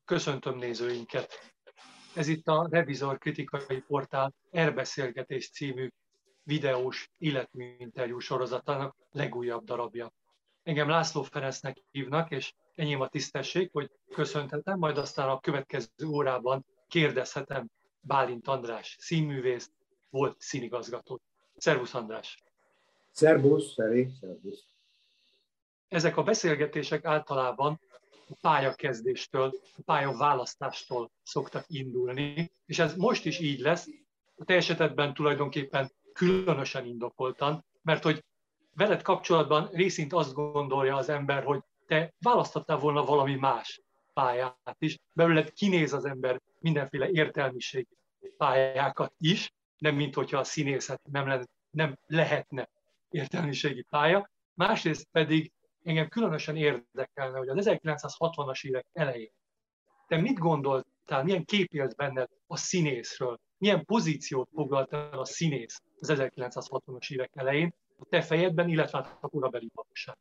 Köszöntöm nézőinket! Ez itt a Revizor kritikai portál Erbeszélgetés című videós életműinterjú sorozatának legújabb darabja. Engem László Ferencnek hívnak, és enyém a tisztesség, hogy köszönhetem, majd aztán a következő órában kérdezhetem Bálint András színművészt, volt színigazgatót. Szervusz András! Szervusz, Feri, szervusz! Ezek a beszélgetések általában a pályakezdéstől, a pályaválasztástól szoktak indulni, és ez most is így lesz, a te esetedben tulajdonképpen különösen indokoltan, mert hogy veled kapcsolatban részint azt gondolja az ember, hogy te választottál volna valami más pályát is, belőled kinéz az ember mindenféle értelmiségi pályákat is, nem mint hogyha a színészet nem lehetne értelmiségi pálya, másrészt pedig engem különösen érdekelne, hogy az 1960-as évek elején te mit gondoltál, milyen kép élt benned a színészről, milyen pozíciót foglalt el a színész az 1960-as évek elején a te fejedben, illetve a korabeli valóságban?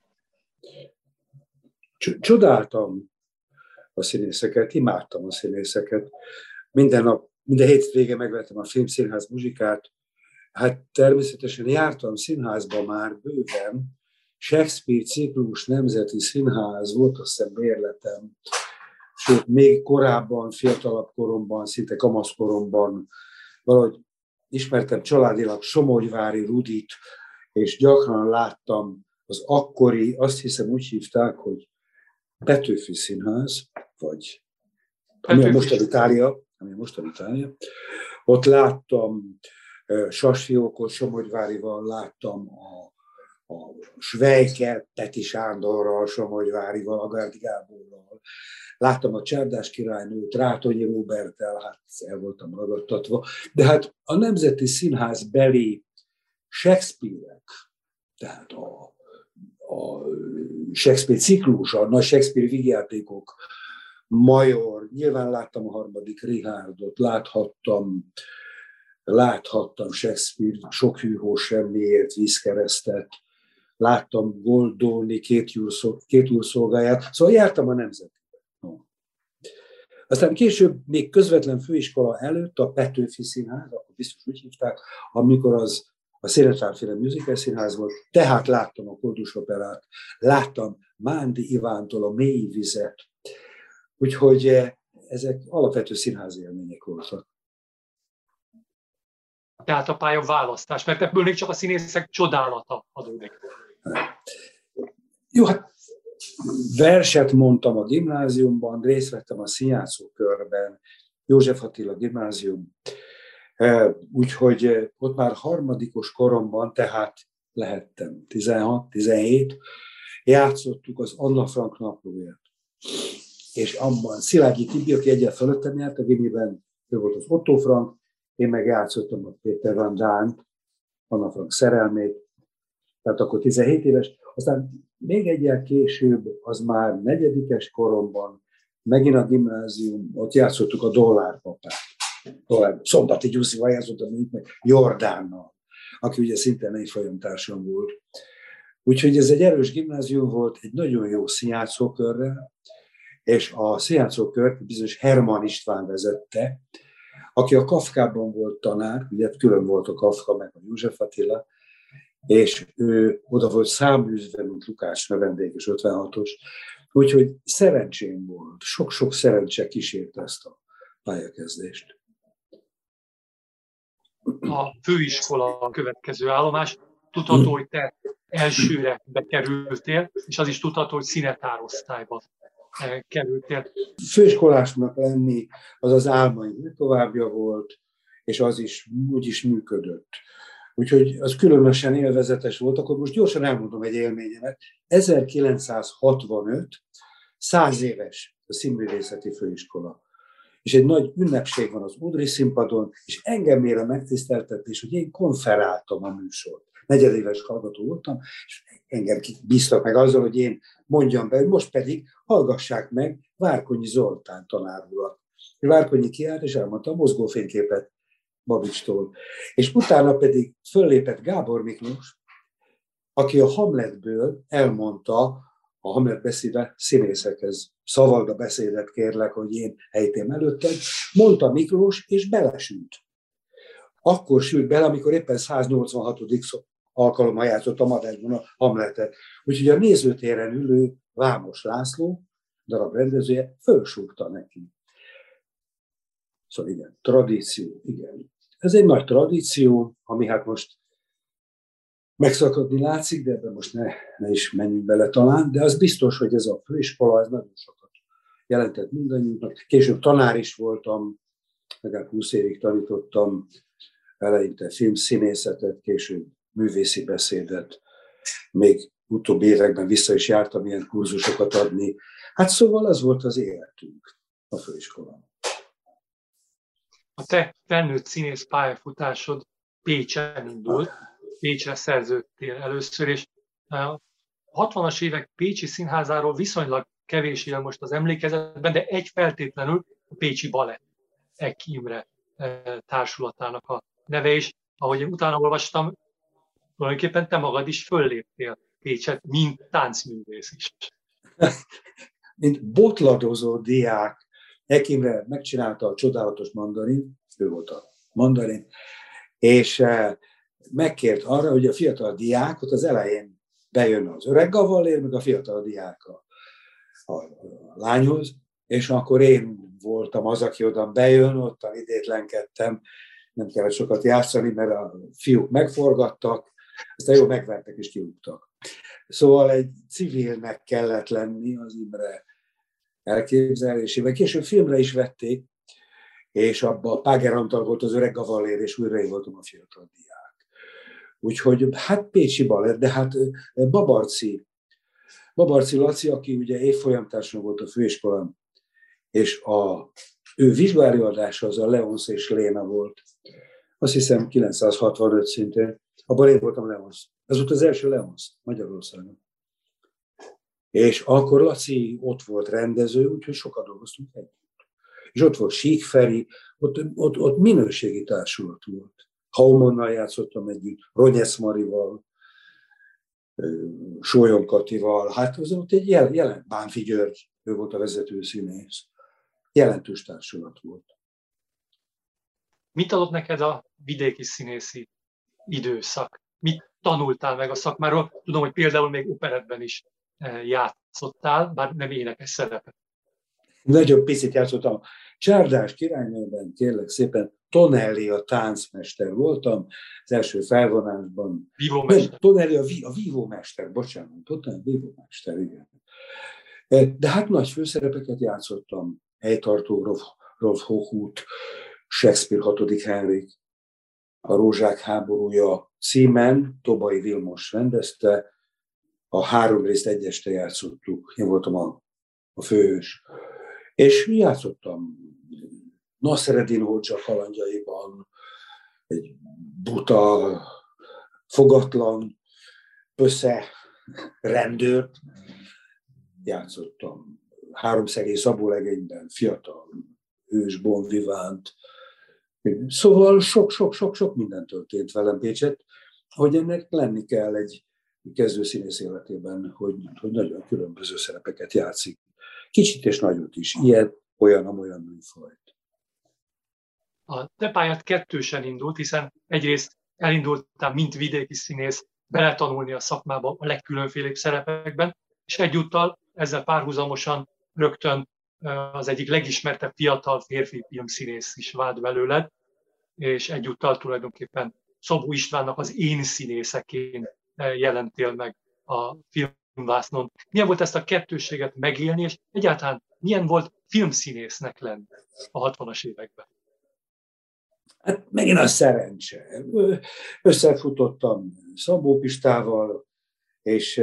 Csodáltam a színészeket, imádtam a színészeket. Minden nap, minden hétvége megvettem a Filmszínház muzsikát. Hát természetesen jártam színházba már bőven, Shakespeare ciklus, Nemzeti Színház, volt azt hiszem bérletem, sőt, még korábban, fiatalabb koromban, szinte kamaszkoromban valahogy ismertem családilag Somogyvári Rudit, és gyakran láttam az akkori, azt hiszem úgy hívták, hogy Petőfi Színház, vagy ami a mostani Itália, ott láttam Sasfiókot, Somogyvárival, láttam a Svejket, Peti Sándorral, Somogyvárival, Agárdi Gáborral. Láttam a Csárdás királynőt, Rátonyi Róberttel, hát el voltam ragadtatva. De hát a Nemzeti Színház beli Shakespeare-ek, tehát a Shakespeare ciklus, a nagy Shakespeare vígjátékok, Major, nyilván láttam a harmadik Richardot, láthattam Shakespeare, Sok hűhó semmiért, Vízkeresztet, láttam Goldoni, Két úr szolgáját, szóval jártam a Nemzetibe. Aztán később, még közvetlen főiskola előtt a Petőfi Színház, akkor biztos úgy hívták, amikor az a Szénetárféle Musical Színház volt, tehát láttam a Koldus Operát, láttam Mándi Ivántól a Mély vizet, úgyhogy ezek alapvető színházi élmények voltak. Tehát a pályaválasztás, mert ebből még csak a színészek csodálata adódik. Jó, hát verset mondtam a gimnáziumban, részt vettem a színjátszókörben, József Attila gimnázium, úgyhogy ott már harmadikos koromban, tehát lehettem 16-17, játszottuk az Anna Frank naplóját. És abban Szilágyi Tibi, aki egyet fölöttem járt a gimiben, ő volt az Otto Frank, én meg játszottam a Péter Van Dánt, Anna Frank szerelmét, tehát akkor 17 éves. Aztán még egyel később, az már negyedikes koromban, megint a gimnázium, ott játszottuk a Dollárpapát. Szombati Gyuszival játszottam, meg Jordánnal, aki ugye szintén egy folyamtársam volt. Úgyhogy ez egy erős gimnázium volt, egy nagyon jó színjátszókörrel, és a színjátszókört bizonyos Herman István vezette, aki a Kafkában volt tanár, ugye külön volt a Kafka, meg a József Attila, és ő oda volt száműzve, mint Lukács növendék, és 56-os. Úgyhogy szerencsém volt, sok-sok szerencse kísérte ezt a pályakezdést. A főiskola a következő állomás. Tudható, hogy te elsőre bekerültél, és az is tudható, hogy színetárosztályba kerültél. Főiskolásnak lenni az az álmaim továbbja volt, és az is úgy is működött. Úgyhogy az különösen élvezetes volt. Akkor most gyorsan elmondom egy élményemet. 1965, 100 éves a színművészeti főiskola. És egy nagy ünnepség van az Udri színpadon, és engem ér a megtiszteltetés, hogy én konferáltam a műsort. Negyedéves hallgató voltam, és engem bíztak meg azzal, hogy én mondjam be, hogy most pedig hallgassák meg Várkonyi Zoltán tanár urat. Várkonyi kiállt, és elmondta a mozgófényképet Babicstól. És utána pedig föllépett Gábor Miklós, aki a Hamletből elmondta a Hamlet beszéde színészekhez szavalda beszédet kérlek, hogy én ejtém előtted, mondta Miklós, és belesült. Akkor sült bele, amikor éppen 186. alkalommal játszott a Madásban a Hamletet. Úgyhogy a nézőtéren ülő Vámos László, darab rendezője, fölsúgta neki. Szóval igen, tradíció, igen. Ez egy nagy tradíció, ami hát most megszakadni látszik, de ebben most ne is menjünk bele talán, de az biztos, hogy ez a főiskola, ez nagyon sokat jelentett mindannyiunknak. Később tanár is voltam, legalább 20 évig tanítottam, eleinte filmszínészetet, később művészi beszédet, még utóbbi években vissza is jártam ilyen kurzusokat adni. Hát szóval az volt az életünk a főiskolán. A te felnőtt színész pályafutásod Pécsen indult, Pécsre szerződtél először, és a 60-as évek pécsi színházáról viszonylag kevés él most az emlékezetben, de egy feltétlenül a Pécsi Balett Eck Imre társulatának a neve is. Ahogy én utána olvastam, tulajdonképpen te magad is fölléptél Pécset, mint táncművész is. Mint botladozó diák, Eck Imre megcsinálta a csodálatos Mandarin, ő volt a Mandarin, és megkért arra, hogy a fiatal diákot az elején bejön az öreg gavallér, meg a fiatal diák a lányhoz, és akkor én voltam az, aki oda bejön, ottan idétlenkedtem, nem kellett sokat játszani, mert a fiúk megforgattak, aztán jól megvertek és kirúgtak. Szóval egy civilnek kellett lenni az Imre elképzelésében. Később filmre is vették, és abban Páger Antal volt az öreg gavallér, és újra én voltam a fiatal diák. Úgyhogy hát Pécsi Balett, de hát Babarci Laci, aki ugye évfolyamtársam volt a főiskolán, és ő vizsgálóadása az a Leonsz és Léna volt. Azt hiszem 965 szintén. Abban én voltam Leonsz. Ez volt az első Leonsz Magyarországon. És akkor Laci ott volt rendező, úgyhogy sokat dolgoztunk együtt. És ott volt Sík Feri, ott minőségi társulat volt. Haumannal játszottam együtt, Ronyesz Marival, Sólyom Katival, hát az ott egy Bánfi György, ő volt a vezető színész. Jelentős társulat volt. Mit adott neked a vidéki színészi időszak? Mit tanultál meg a szakmáról? Tudom, hogy például még operettben is játszottál, bár nem énekes szerepet. Nagyon picit játszottam. Csárdás királynőben, kérlek szépen, Tonelli a táncmester voltam, az első felvonásban. Vívómester. Tonelli a vívómester, bocsánat, Tonelli vívómester, igen. De hát nagy főszerepeket játszottam. Helytartó, Rolf Hochhuth, Shakespeare 6. Henrik, a Rózsák háborúja címen, Tobai Vilmos rendezte, a 3 részt egy este játszottuk, én voltam a főhős. És játszottam Nasreddin Hodzsa kalandjaiban, egy buta, fogatlan, pösze rendőrt, játszottam Háromszegély Szabólegényben, fiatal hős, bon vivant. Szóval sok minden történt velem Pécset, hogy ennek lenni kell egy kezdőszínész életében, hogy nagyon különböző szerepeket játszik. Kicsit és nagyot is. Ilyen, olyan műfajt. A te pályát kettősen indult, hiszen egyrészt elindultál, mint vidéki színész, beletanulni a szakmába a legkülönfélébb szerepekben, és egyúttal ezzel párhuzamosan rögtön az egyik legismertebb fiatal férfi filmszínész is vált belőled, és egyúttal tulajdonképpen Szabó Istvánnak az én színészeként jelentél meg a filmvásznon. Milyen volt ezt a kettősséget megélni, és egyáltalán milyen volt filmszínésznek lenni a 60-as években? Hát megint a szerencse. Összefutottam Szabó Pistával, és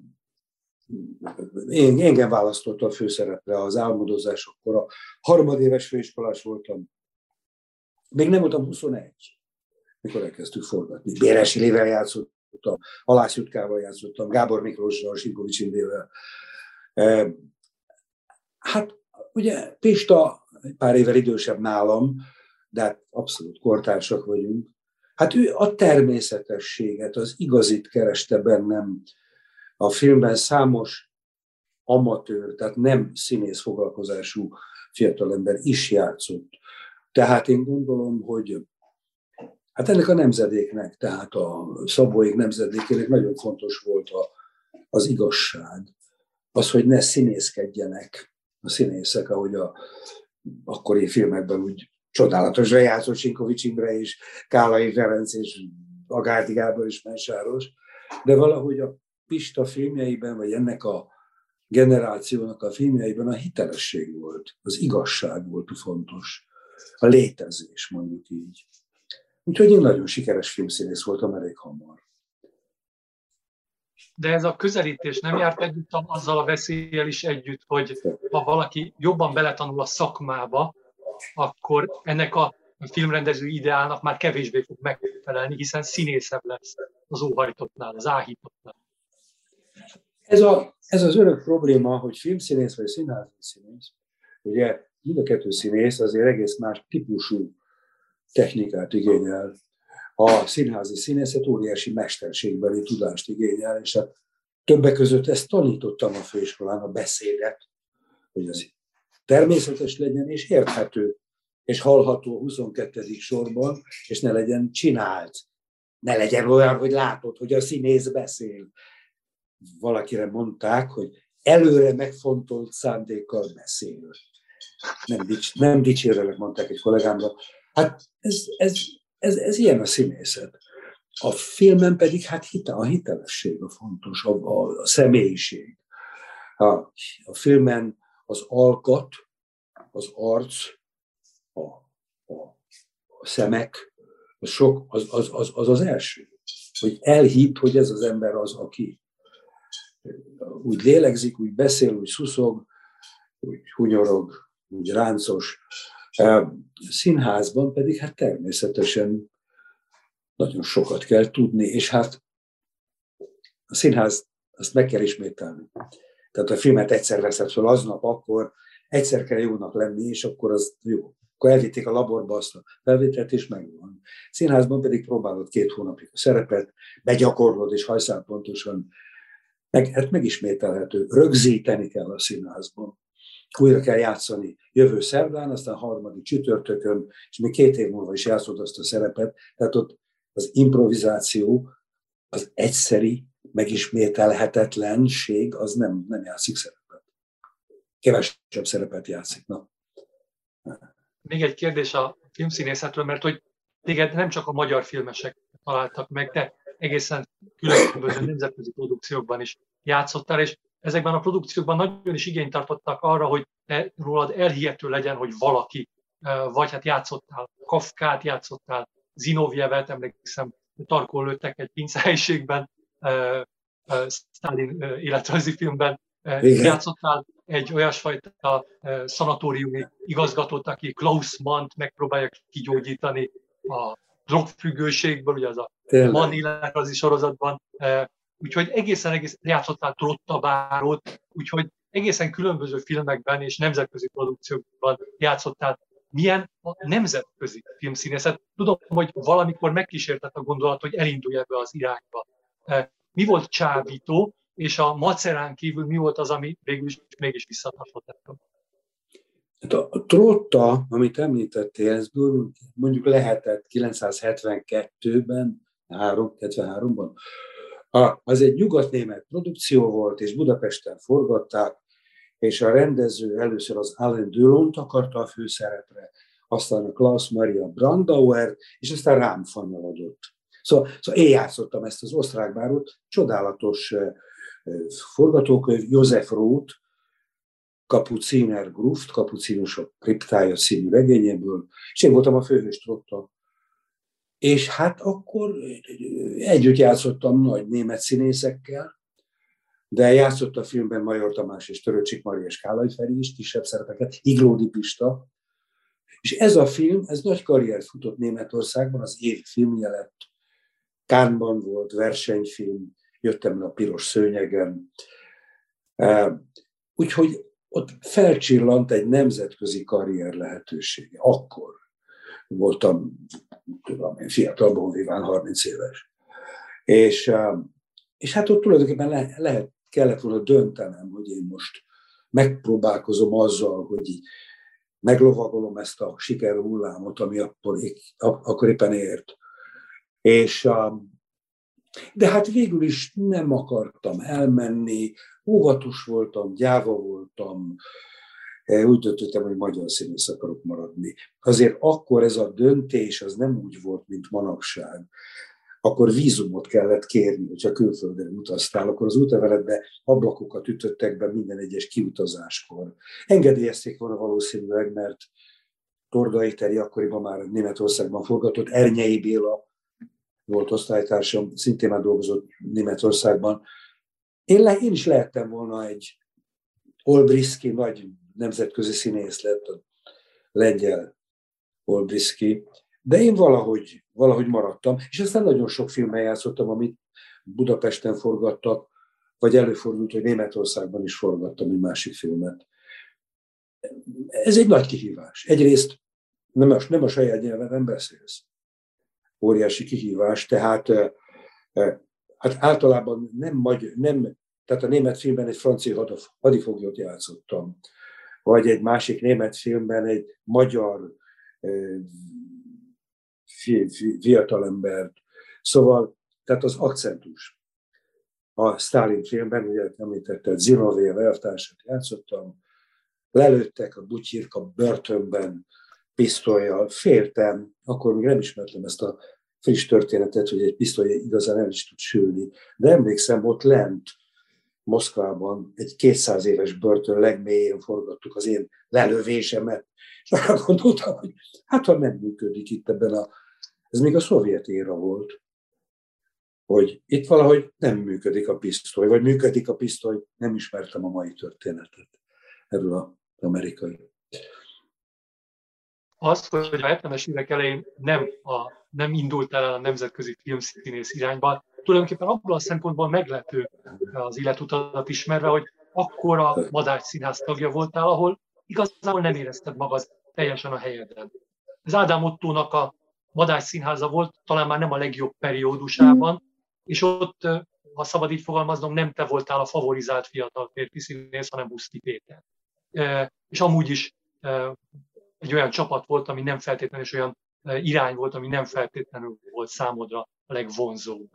engem választott a főszerepre az Álmodozásokkor. A harmadéves főiskolás voltam. Még nem voltam 21, mikor elkezdtük forgatni. Béresi Lével játszottam, Halász Jutkával játszottam, Gábor Miklóssal, Sinkovics Indével. Hát ugye Pista pár évvel idősebb nálam, de hát abszolút kortársak vagyunk. Hát ő a természetességet, az igazit kereste bennem. A filmben számos amatőr, tehát nem színész foglalkozású fiatalember is játszott. Tehát én gondolom, hogy hát ennek a nemzedéknek, tehát a Szabóék nemzedékének nagyon fontos volt az igazság. Az, hogy ne színészkedjenek a színészek, ahogy a akkori filmekben úgy csodálatosra játszott Sinkovics Imre és Kálai Ferenc és Agárdi Gábor és Mensáros, de valahogy a Pista filmjeiben, vagy ennek a generációnak a filmjeiben a hitelesség volt, az igazság volt fontos, a létezés, mondjuk így. Úgyhogy én nagyon sikeres filmszínész voltam elég hamar. De ez a közelítés nem járt együtt azzal a veszéllyel is együtt, hogy ha valaki jobban beletanul a szakmába, akkor ennek a filmrendező ideálnak már kevésbé fog megfelelni, hiszen színészebb lesz az óhajtottnál, az áhítottnál. Ez az örök probléma, hogy filmszínész vagy színházi színész, ugye mind a kettő színész azért egész más típusú technikát igényel. A színházi színészet óriási mesterségbeli tudást igényel, és hát többek között ezt tanítottam a főiskolán, a beszédet, hogy az természetes legyen és érthető, és hallható a 22. sorban, és ne legyen csinált. Ne legyen olyan, hogy látod, hogy a színész beszél. Valakire mondták, hogy előre megfontolt szándékkal beszél. Nem dicsérelek, mondták egy kollégámra. Hát ez ilyen a színészet. A filmen pedig hát a hitelesség a fontos, a személyiség. A filmen az alkat, az arc, a szemek, az első. Hogy elhitt, hogy ez az ember az, aki úgy lélegzik, úgy beszél, úgy szuszog, úgy hunyorog, úgy ráncos. Színházban pedig hát természetesen nagyon sokat kell tudni, és hát a színház, azt meg kell ismételni. Tehát a filmet egyszer veszed fel aznap, akkor egyszer kell jónak lenni, és akkor az jó. Akkor elvitték a laborba azt a felvételt, és megvan. Színházban pedig próbálod 2 hónapig a szerepet, begyakorlod, és hajszál pontosan. Hát megismételhető. Rögzíteni kell a színházban. Újra kell játszani jövő szerdán, aztán 3. csütörtökön, és még 2 év múlva is játszod azt a szerepet. Tehát ott az improvizáció, az egyszeri, megismételhetetlenség, az nem játszik szerepet. Kevesebb szerepet játszik. Na. Még egy kérdés a filmszínészetről, mert hogy téged nem csak a magyar filmesek találtak meg, te egészen különböző nemzetközi produkciókban is játszottál, és ezekben a produkciókban nagyon is igényt tartottak arra, hogy rólad elhihető legyen, hogy valaki, vagy hát játszottál Kafkát, játszottál Zinovjevet, emlékszem, tarkon lőttek egy pincehelyiségben, Sztálin életrajzi filmben, játszottál egy olyasfajta szanatóriumi igazgatót, aki Klaus Mannt megpróbálja kigyógyítani a drogfüggőségből, ugye az a Mann életrajzi sorozatban, úgyhogy egészen játszottál Trottabárót, úgyhogy egészen különböző filmekben és nemzetközi produkciókban játszottál. Milyen a nemzetközi filmszínészet? Tudom, hogy valamikor megkísértett a gondolat, hogy elindulj ebbe az irányba. Mi volt csábító, és a macerán kívül mi volt az, ami végül is mégis visszatartott ettől? A Trotta, amit említettél, ez mondjuk lehetett 972-ben, 73-ban. Az egy nyugatnémet produkció volt, és Budapesten forgatták, és a rendező először az Alain Delont akarta a főszerepre, aztán a Klaus Maria Brandauer, és aztán rám fanyalodott. Szóval én játszottam ezt az osztrák bárót, csodálatos forgatókönyv, József Roth, Kapuciner Gruft, Kapucinusok kriptája című regényéből, és én voltam a főhős Trotta. És hát akkor együtt játszottam nagy német színészekkel, de játszott a filmben Major Tamás és Törőcsik Mari és Kálai Feri is, kisebb szerepeket, Iglódi Pista. És ez a film, ez nagy karriert futott Németországban, az év filmje lett. Cannes-ban volt versenyfilm, jöttem le a Piros szőnyegen. Úgyhogy ott felcsillant egy nemzetközi karrier lehetősége. Akkor voltam, tudom én, fiatal bonviván, 30 éves. És hát ott tulajdonképpen lehet kellett volna döntenem, hogy én most megpróbálkozom azzal, hogy így meglovagolom ezt a sikerhullámot, ami akkor éppen ért. De hát végül is nem akartam elmenni, óvatos voltam, gyáva voltam, úgy döntöttem, hogy magyar színész akarok maradni. Azért akkor ez a döntés az nem úgy volt, mint manapság. Akkor vízumot kellett kérni, hogyha külföldre utaztál, akkor az útleveletbe ablakokat ütöttek be minden egyes kiutazáskor. Engedélyezték volna valószínűleg, mert Tordai Teri akkoriban már Németországban forgatott, Ernyei Béla volt osztálytársam, szintén már dolgozott Németországban. Én is lehettem volna egy Olbrychski, nagy nemzetközi színész lett, a lengyel Olbrychski, de én valahogy maradtam, és aztán nagyon sok filmben játszottam, amit Budapesten forgattak, vagy előfordult, hogy Németországban is forgattam egy másik filmet. Ez egy nagy kihívás. Egyrészt nem a saját nyelven beszélsz. Óriási kihívás, tehát hát általában tehát a német filmben egy francia hadifoglyot játszottam, vagy egy másik német filmben egy magyar fiatalembert. Szóval, tehát az akcentus. A Sztálin filmben, ugye említetted, Zinoviev elvtársat játszottam, lelőttek a Butyirka börtönben pisztollyal, féltem, akkor még nem ismertem ezt a friss történetet, hogy egy pisztoly igazán el is tud sülni. De emlékszem, ott lent Moszkvában egy 200 éves börtön legmélyén forgattuk az én lelövésemet. És arra gondoltam, hogy hát ha nem működik itt ez még a szovjet éra volt, hogy itt valahogy nem működik a pisztoly, vagy működik a pisztoly, nem ismertem a mai történetet erről az amerikai. Az, hogy a 70-es évek elején nem indult el a nemzetközi filmszínész irányba, tulajdonképpen abban a szempontból meglepő az életutadat ismerve, hogy akkor a Madách Színház tagja voltál, ahol igazából nem érezted magad teljesen a helyeden. Az Ádám Ottónak a Madách Színháza volt talán már nem a legjobb periódusában, és ott, ha szabad így fogalmaznom, nem te voltál a favorizált fiatal férfi színész, hanem Huszti Péter. És amúgy is egy olyan csapat volt, ami nem feltétlenül, és olyan irány volt, ami nem feltétlenül volt számodra a legvonzóbb.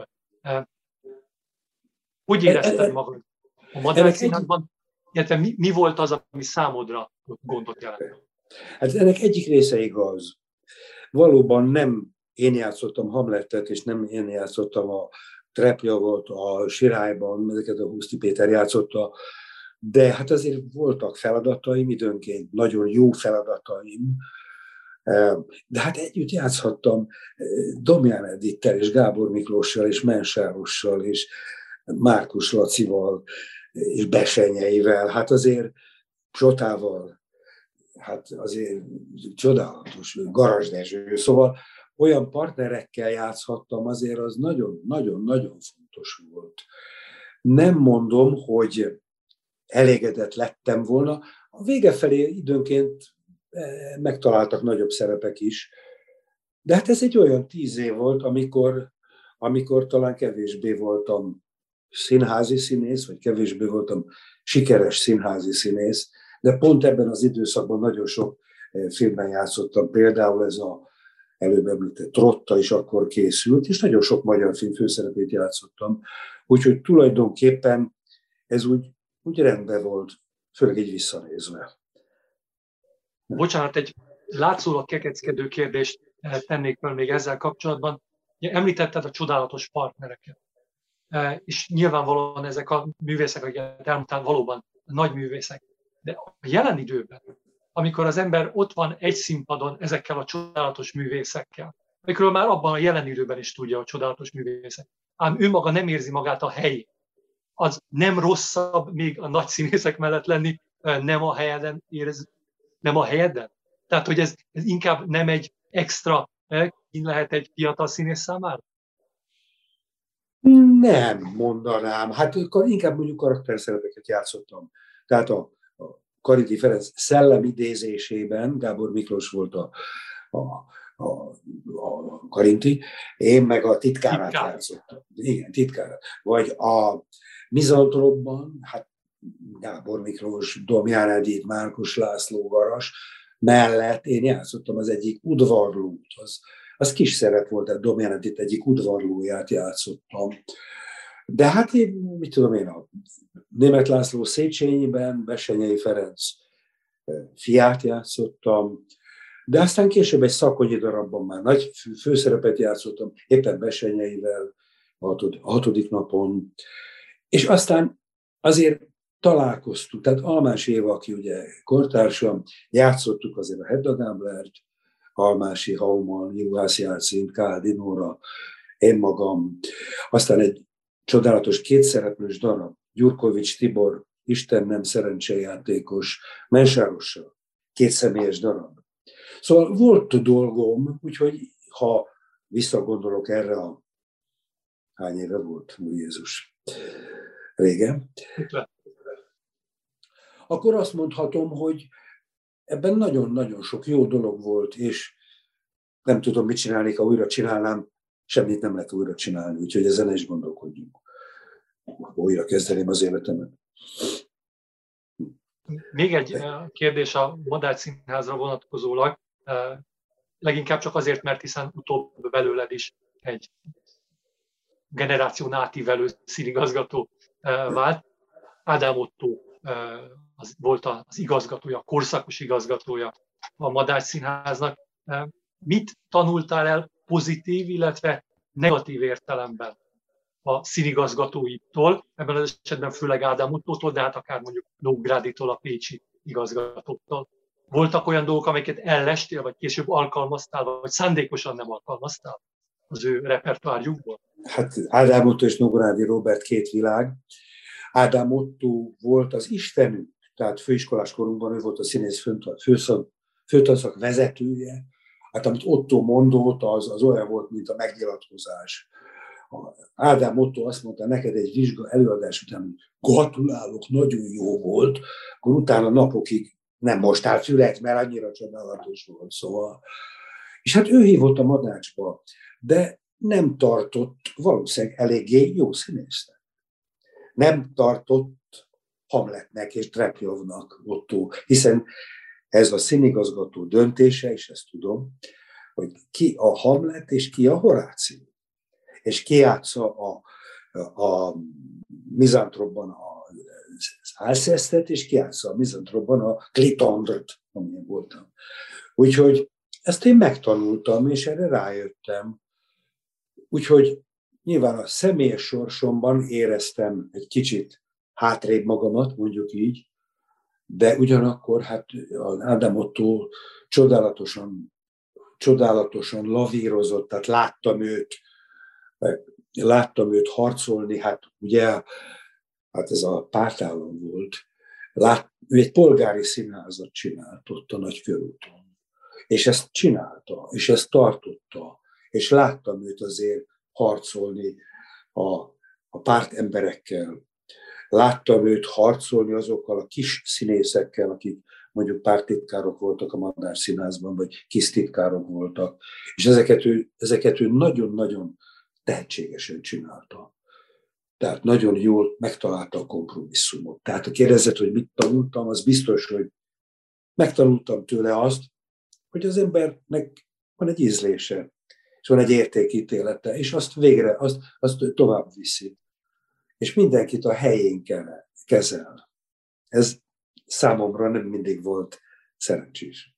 Hogy érezted magad a Madách Színházban, illetve mi volt az, ami számodra gondot jelent? Hát ennek egyik része igaz. Valóban nem én játszottam Hamletet, és nem én játszottam a Trepjagot a Sirályban, ezeket a Huszti Péter játszotta, de hát azért voltak feladataim, időnként nagyon jó feladataim, de hát együtt játszhattam Domján Edittel, és Gábor Miklóssal, és Mensárossal, és Márkus Lacival, és Besenyeivel, hát azért Csotával, hát azért csodálatos, Garas Dezső, szóval olyan partnerekkel játszhattam, azért az nagyon-nagyon fontos volt. Nem mondom, hogy elégedett lettem volna. A vége felé időnként megtaláltak nagyobb szerepek is, de hát ez egy olyan 10 év volt, amikor talán kevésbé voltam színházi színész, vagy kevésbé voltam sikeres színházi színész, de pont ebben az időszakban nagyon sok filmben játszottam, például ez a előbb említett Trotta is akkor készült, és nagyon sok magyar film főszerepét játszottam, úgyhogy tulajdonképpen ez úgy rendben volt, főleg így visszanézve. Bocsánat, egy látszólag kekeckedő kérdést tennék fel még ezzel kapcsolatban. Említetted a csodálatos partnereket, és nyilvánvalóan ezek a művészek, akiket elmondtál, valóban nagy művészek. De a jelen időben, amikor az ember ott van egy színpadon ezekkel a csodálatos művészekkel, amikről már abban a jelen időben is tudja, a csodálatos művészek, ám ő maga nem érzi magát a helyén, az nem rosszabb még a nagy színészek mellett lenni, nem a helyeden érez, nem a helyeden? Tehát, hogy ez inkább nem egy extra kín lehet egy fiatal színész számára? Nem mondanám. Hát inkább mondjuk karakterszerepeket játszottam. Tehát a Karinthy Ferenc szellemidézésében Gábor Miklós volt a Karinthy, én meg a titkárát játszottam. Igen, titkárát. Vagy Mizantropban, hát Gábor Miklós, Domján Edith, Márkus László, Garas mellett én játszottam az egyik udvarlót. Az kis szeret volt, tehát Domján Edith egyik udvarlóját játszottam. De hát én, mit tudom én, a Németh László Széchenyiben, Bessenyei Ferenc fiát játszottam, de aztán később egy Szakonyi darabban már nagy főszerepet játszottam, éppen Bessenyeivel a 6. napon, és aztán azért találkoztuk, tehát Almás Éva, aki ugye kortársam, játszottuk azért a Hedda Gáblert, Almási Hauman, Juhász Játszint, Káldi Nóra, én magam, aztán egy csodálatos kétszereplős darab, Gyurkovics Tibor, Isten nem szerencsejátékos, Mensárossal, kétszemélyes darab. Szóval volt dolgom, úgyhogy ha visszagondolok erre a... Hány éve volt, Úr Jézus? Régen. Akkor azt mondhatom, hogy ebben nagyon-nagyon sok jó dolog volt, és nem tudom, mit csinálnék, ha újra csinálnám, semmit nem lehet újra csinálni, úgyhogy ezen ne is gondolkodjunk. Újra kezdeném az életemet. Még egy kérdés a Madách Színházra vonatkozólag, leginkább csak azért, mert hiszen utóbb belőled is egy generáción átívelő színigazgató vált. Ádám Ottó volt az igazgatója, a korszakos igazgatója a Madách Színháznak. Mit tanultál el pozitív, illetve negatív értelemben a színigazgatóitól, ebben az esetben főleg Ádám Ottótól, de hát akár mondjuk Nógráditól, a pécsi igazgatótól. Voltak olyan dolgok, amiket ellestél, vagy később alkalmaztál, vagy szándékosan nem alkalmaztál az ő repertoárjukból? Hát Ádám Ottó és Nógrádi Róbert két világ. Ádám Ottó volt az istenünk, tehát főiskolás korunkban ő volt a színész főtanszak vezetője. Hát amit Ottó mondott, az olyan volt, mint a megnyilatkozás. Ádám Ottó azt mondta neked egy előadás után, hogy gratulálok, nagyon jó volt, akkor utána napokig nem mostál fület, mert annyira csodálatos volt. Szóval. És hát ő hívott a Madácsba, de nem tartott valószínűleg eléggé jó színésznek. Nem tartott Hamletnek és Trepjovnak Ottó, hiszen ez a színigazgató döntése, és ezt tudom, hogy ki a Hamlet és ki a Horáció. És ki játsza a Mizantropban az Alcestet, és ki játsza a Mizantropban a Clitandret, amilyen voltam. Úgyhogy ezt én megtanultam, és erre rájöttem. Úgyhogy nyilván a személyes sorsomban éreztem egy kicsit hátrébb magamat, mondjuk így, de ugyanakkor hát az Ádám Ottó csodálatosan lavírozott, tehát láttam őt harcolni, hát ugye, hát ez a pártállam volt. Ő egy polgári színházat csinált ott a Nagykörúton. És ezt csinálta, és ezt tartotta, és láttam őt azért harcolni a pártemberekkel. Láttam őt harcolni azokkal a kis színészekkel, akik mondjuk párttitkárok voltak a Madách Színházban, vagy kis titkárok voltak. És ezeket ő nagyon-nagyon tehetségesen csinálta. Tehát nagyon jól megtalálta a kompromisszumot. Tehát ha kérdezed, hogy mit tanultam, az biztos, hogy megtanultam tőle azt, hogy az embernek van egy ízlése, és van egy értékítélete, és azt végre, azt tovább viszi. És mindenkit a helyén kezel. Ez számomra nem mindig volt szerencsés.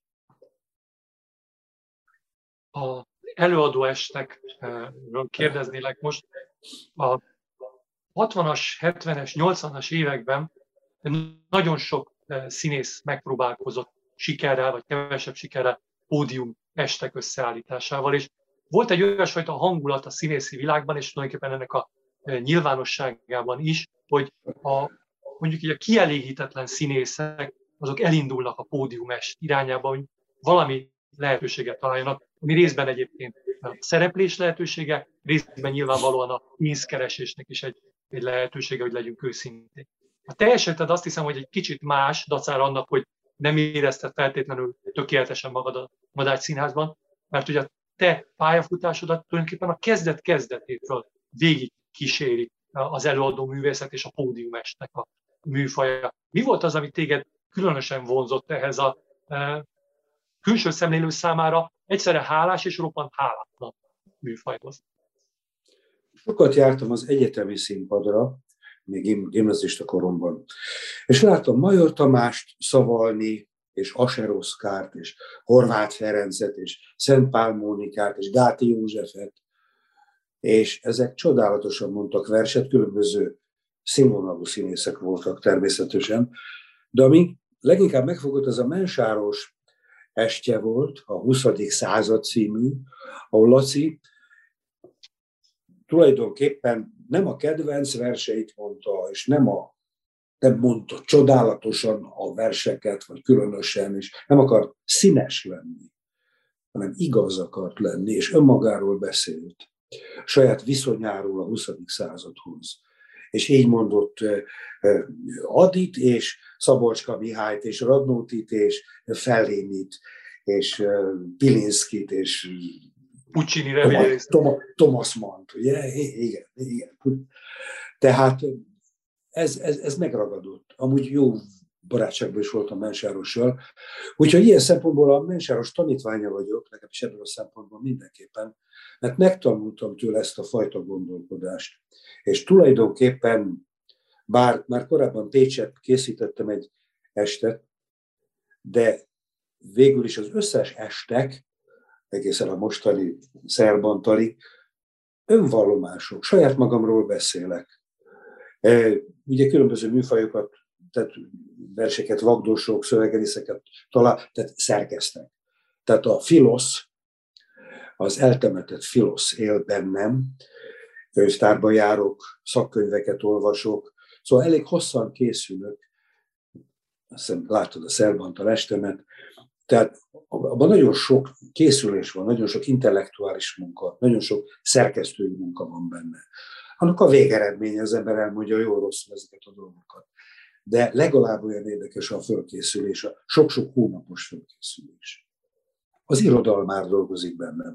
Az előadó estekről kérdeznélek most. A 60-as, 70-es, 80-as években nagyon sok színész megpróbálkozott sikerrel, vagy kevesebb sikerrel pódium estek összeállításával, és volt egy olyasfajta hangulat a színészi világban, és tulajdonképpen ennek a nyilvánosságában is, hogy mondjuk így a kielégítetlen színészek, azok elindulnak a pódiumest irányába, hogy valami lehetőséget találjanak, ami részben egyébként a szereplés lehetősége, részben nyilvánvalóan a pénzkeresésnek is egy lehetősége, hogy legyünk őszinték. A te eseted azt hiszem, hogy egy kicsit más, dacára annak, hogy nem érezted feltétlenül tökéletesen magad a Madách Színházban, mert ugye a te pályafutásodat tulajdonképpen a kezdet-kezdetétől végig kíséri az előadó művészet és a pódiumestek a műfaja. Mi volt az, ami téged különösen vonzott ehhez a külső szemlélő számára egyszerre hálás és roppant hálátlan műfajhoz? Sokat jártam az egyetemi színpadra, még gimnazista koromban, és láttam Major Tamást szavalni, és Aser Oszkárt, és Horváth Ferencet, és Szent Pál Mónikát, és Gáti Józsefet, és ezek csodálatosan mondtak verset, különböző színvonalú színészek voltak természetesen, de ami leginkább megfogott, az a Mensáros estje volt, a 20. század című, ahol Laci tulajdonképpen nem a kedvenc verseit mondta, és nem mondta csodálatosan a verseket, vagy különösen, és nem akart színes lenni, hanem igaz akart lenni, és önmagáról beszélt, saját viszonyáról a 20. századhoz. És így mondott Adit, és Szabolcska Mihályt, és Radnótit, és Fellénit, és Pilinszkit, és Puccini Thomas Mannt, ugye? Igen. Tehát ez megragadott. Amúgy jó barátságban is voltam Mensárossal. Úgyhogy ilyen szempontból a Mensáros tanítványa vagyok, legalábbis ebből a szempontból mindenképpen, mert megtanultam tőle ezt a fajta gondolkodást. És tulajdonképpen, bár már korábban Pécset készítettem egy estet, de végül is az összes estek, egészen a mostani Szerbantalig, önvallomások, saját magamról beszélek. Ugye különböző műfajokat, tehát verseket, vagdósok, szövegerészeket tehát szerkeztek. Tehát a filosz, az eltemetett filosz él bennem, könyvtárba járok, szakkönyveket olvasok, szóval elég hosszan készülök. Azt hiszem, látod a Szerbantal estemet. Tehát abban nagyon sok készülés van, nagyon sok intellektuális munka, nagyon sok szerkesztői munka van benne. Annak a végeredménye az ember elmondja jól-rosszul ezeket a dolgokat. De legalább olyan érdekes a fölkészülés, a sok-sok hónapos fölkészülés. Az irodalom már dolgozik bennem.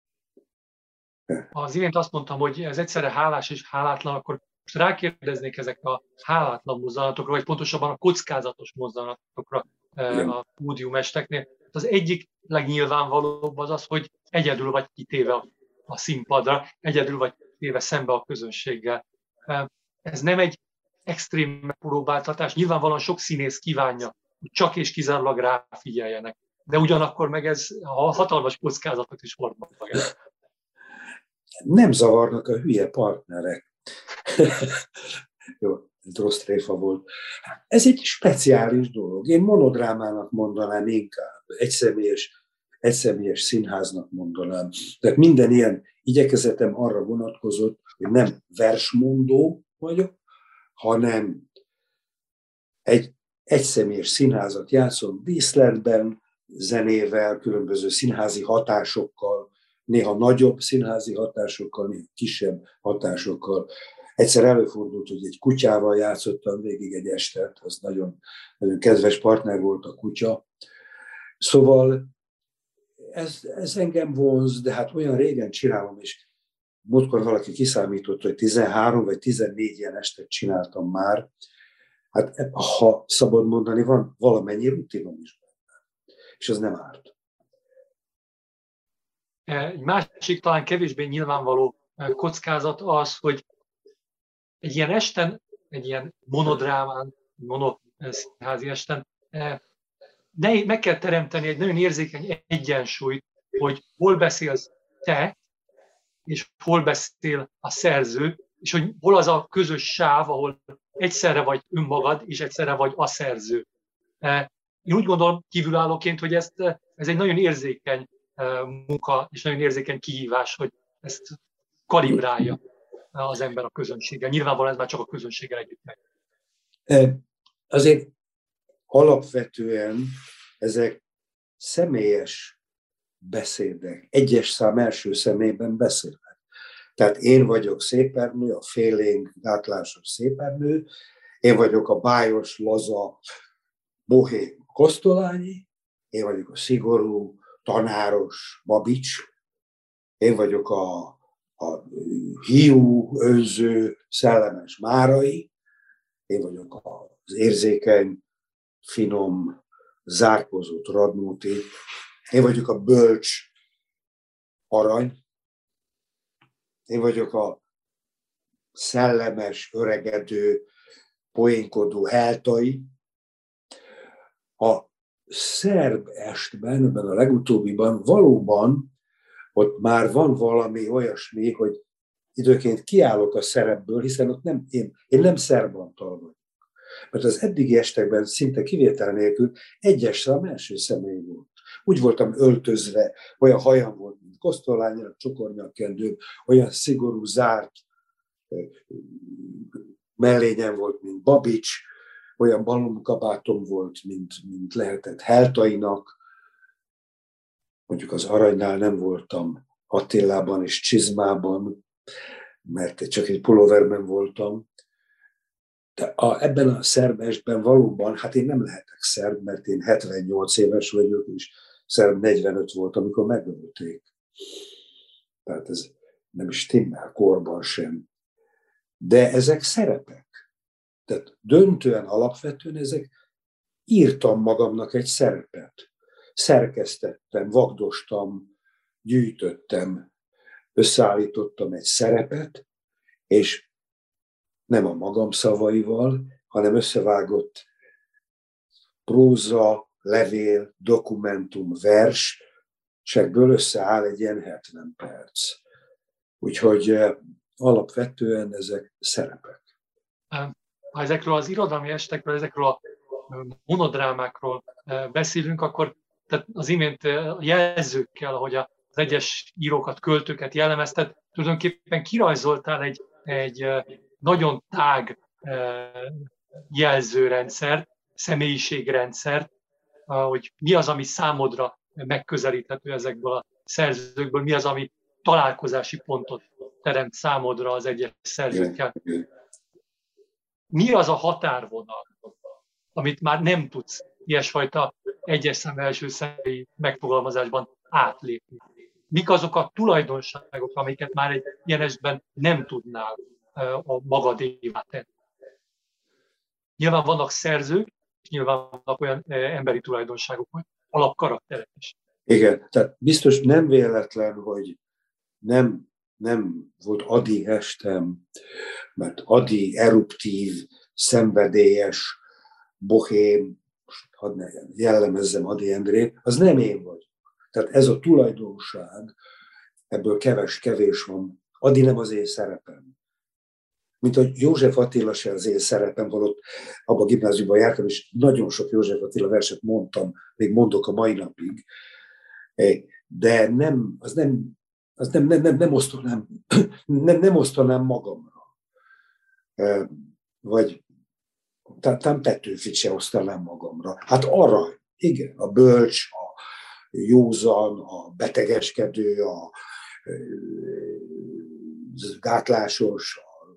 Az imént azt mondtam, hogy ez egyszerre hálás és hálátlan, akkor most rákérdeznék ezek a hálátlan mozzanatokra, vagy pontosabban a kockázatos mozzanatokra a pódiumesteknél. Az egyik legnyilvánvalóbb az, hogy egyedül vagy kitéve a színpadra, egyedül vagy kitéve szembe a közönséggel. Ez nem egy extrém megpróbáltatás. Nyilvánvalóan sok színész kívánja, hogy csak és kizárólag ráfigyeljenek. De ugyanakkor meg ez a hatalmas kockázatot is hord magában. Nem zavarnak a hülye partnerek. Jó, ez rossz tréfa volt. Ez egy speciális dolog. Én monodrámának mondanám inkább, egyszemélyes színháznak mondanám. Tehát minden ilyen igyekezetem arra vonatkozott, hogy nem versmondó vagyok, hanem egy egyszemélyes színházat játszom díszletben, zenével, különböző színházi hatásokkal, néha nagyobb színházi hatásokkal, néha kisebb hatásokkal. Egyszer előfordult, hogy egy kutyával játszottam végig egy estet, az nagyon, nagyon kedves partner volt a kutya. Szóval ez engem vonz, de hát olyan régen csinálom, és múltkor valaki kiszámított, hogy 13 vagy 14 ilyen estet csináltam már. Hát ha szabad mondani, van valamennyi rutinom is benne, és az nem árt. Egy másik, talán kevésbé nyilvánvaló kockázat az, hogy egy ilyen esten, egy ilyen monodrámán, monoszínházi esten meg kell teremteni egy nagyon érzékeny egyensúlyt, hogy hol beszélsz te, és hol beszél a szerző, és hogy hol az a közös sáv, ahol egyszerre vagy önmagad, és egyszerre vagy a szerző. Én úgy gondolom kívülállóként, hogy ez egy nagyon érzékeny munka, és nagyon érzékeny kihívás, hogy ezt kalibrálja az ember a közönséggel. Nyilvánvalóan ez már csak a közönséggel együtt megy. Azért alapvetően ezek személyes beszédek, egyes szám első személyben beszélnek. Tehát én vagyok Szépernő, a félénk gátlásos Szépernő, én vagyok a bájos, laza, bohém Kosztolányi, én vagyok a szigorú, tanáros Babics, én vagyok a a hiú, önző, szellemes Márai, én vagyok az érzékeny, finom, zárkózott Radnóti, én vagyok a bölcs Arany, én vagyok a szellemes, öregedő, poénkodó Heltai. A szerb estben, ebben a legutóbbiban valóban ott már van valami olyasmi, hogy időként kiállok a szerepből, hiszen ott én nem Szerb Antal vagyok. Mert az eddigi estekben szinte kivétel nélkül egyes szám első személy volt. Úgy voltam öltözve, olyan hajam volt, mint kosztolányilag, csokornyakkendőm, olyan szigorú, zárt mellényem volt, mint Babics, olyan balomkabátom volt, mint lehetett Heltainak. Mondjuk az Aranynál nem voltam Attilában és Csizmában, mert csak egy pulóverben voltam. De ebben a szerb estben valóban, hát én nem lehetek szerb, mert én 78 éves vagyok, és szerb 45 volt, amikor megölték. Tehát ez nem is stimmel korban sem. De ezek szerepek. Tehát döntően, alapvetően ezek írtam magamnak egy szerepet. Szerkesztettem, vagdostam, gyűjtöttem, összeállítottam egy szerepet, és nem a magam szavaival, hanem összevágott próza, levél, dokumentum, versekből összeáll egy ilyen 70 perc. Úgyhogy alapvetően ezek szerepek. Ha ezekről az irodalmi estekről, ezekről a monodrámákról beszélünk, akkor tehát az imént jelzőkkel, ahogy az egyes írókat, költőket jellemezted, tulajdonképpen kirajzoltál egy nagyon tág jelzőrendszert, személyiségrendszert, hogy mi az, ami számodra megközelíthető ezekből a szerzőkből, mi az, ami találkozási pontot teremt számodra az egyes szerzőkkel. Mi az a határvonal, amit már nem tudsz ilyesfajta egyes szám első személyi megfogalmazásban átlépni? Mik azok a tulajdonságok, amiket már egy ilyen esetben nem tudnál a magadévá tenni? Nyilván vannak szerzők, és nyilván vannak olyan emberi tulajdonságok, hogy alapkarakterek is. Igen, tehát biztos nem véletlen, hogy nem volt Ady estem, mert Ady eruptív, szenvedélyes, bohém, hadd ne jellemezzem Ady Endrét, az nem én vagyok. Tehát ez a tulajdonság, ebből kevés van. Ady nem az én szerepem. Mint hogy József Attila se az én szerepem, holott abban a gimnáziumban jártam, és nagyon sok József Attila verset mondtam, még mondok a mai napig. De nem osztanám magamra. Vagy talán Petőfit se osztanám magamra. Hát Arany, igen, a bölcs, a józan, a betegeskedő, a gátlásos, a